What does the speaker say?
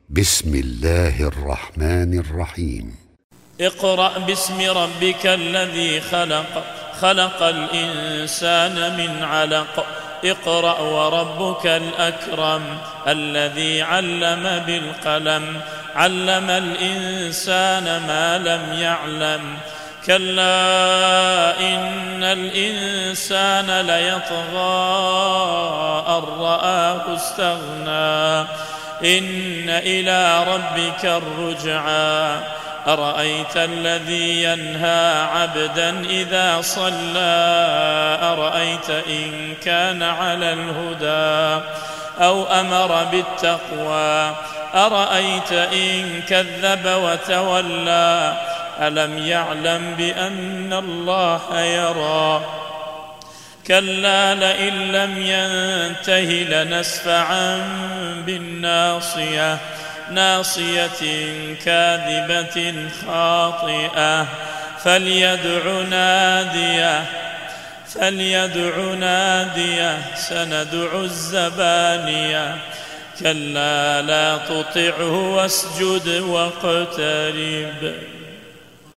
بسم الله الرحمن الرحيم. اقرأ باسم ربك الذي خلق، خلق الإنسان من علق. اقرأ وربك الأكرم الذي علم بالقلم، علم الإنسان ما لم يعلم. كلا إن الإنسان ليطغى أن رآه استغنى، إن إلى ربك الرجعى. أرأيت الذي ينهى عبدا إذا صلى، أرأيت إن كان على الهدى أو أمر بالتقوى، أرأيت إن كذب وتولى. ألم يعلم بأن الله يرى؟ كلا لئن لم ينته لنسفعا بالناصية، ناصية كاذبة خاطئة. فليدع ناديه سندع الزبانية. كلا لا تطعه واسجد واقترب.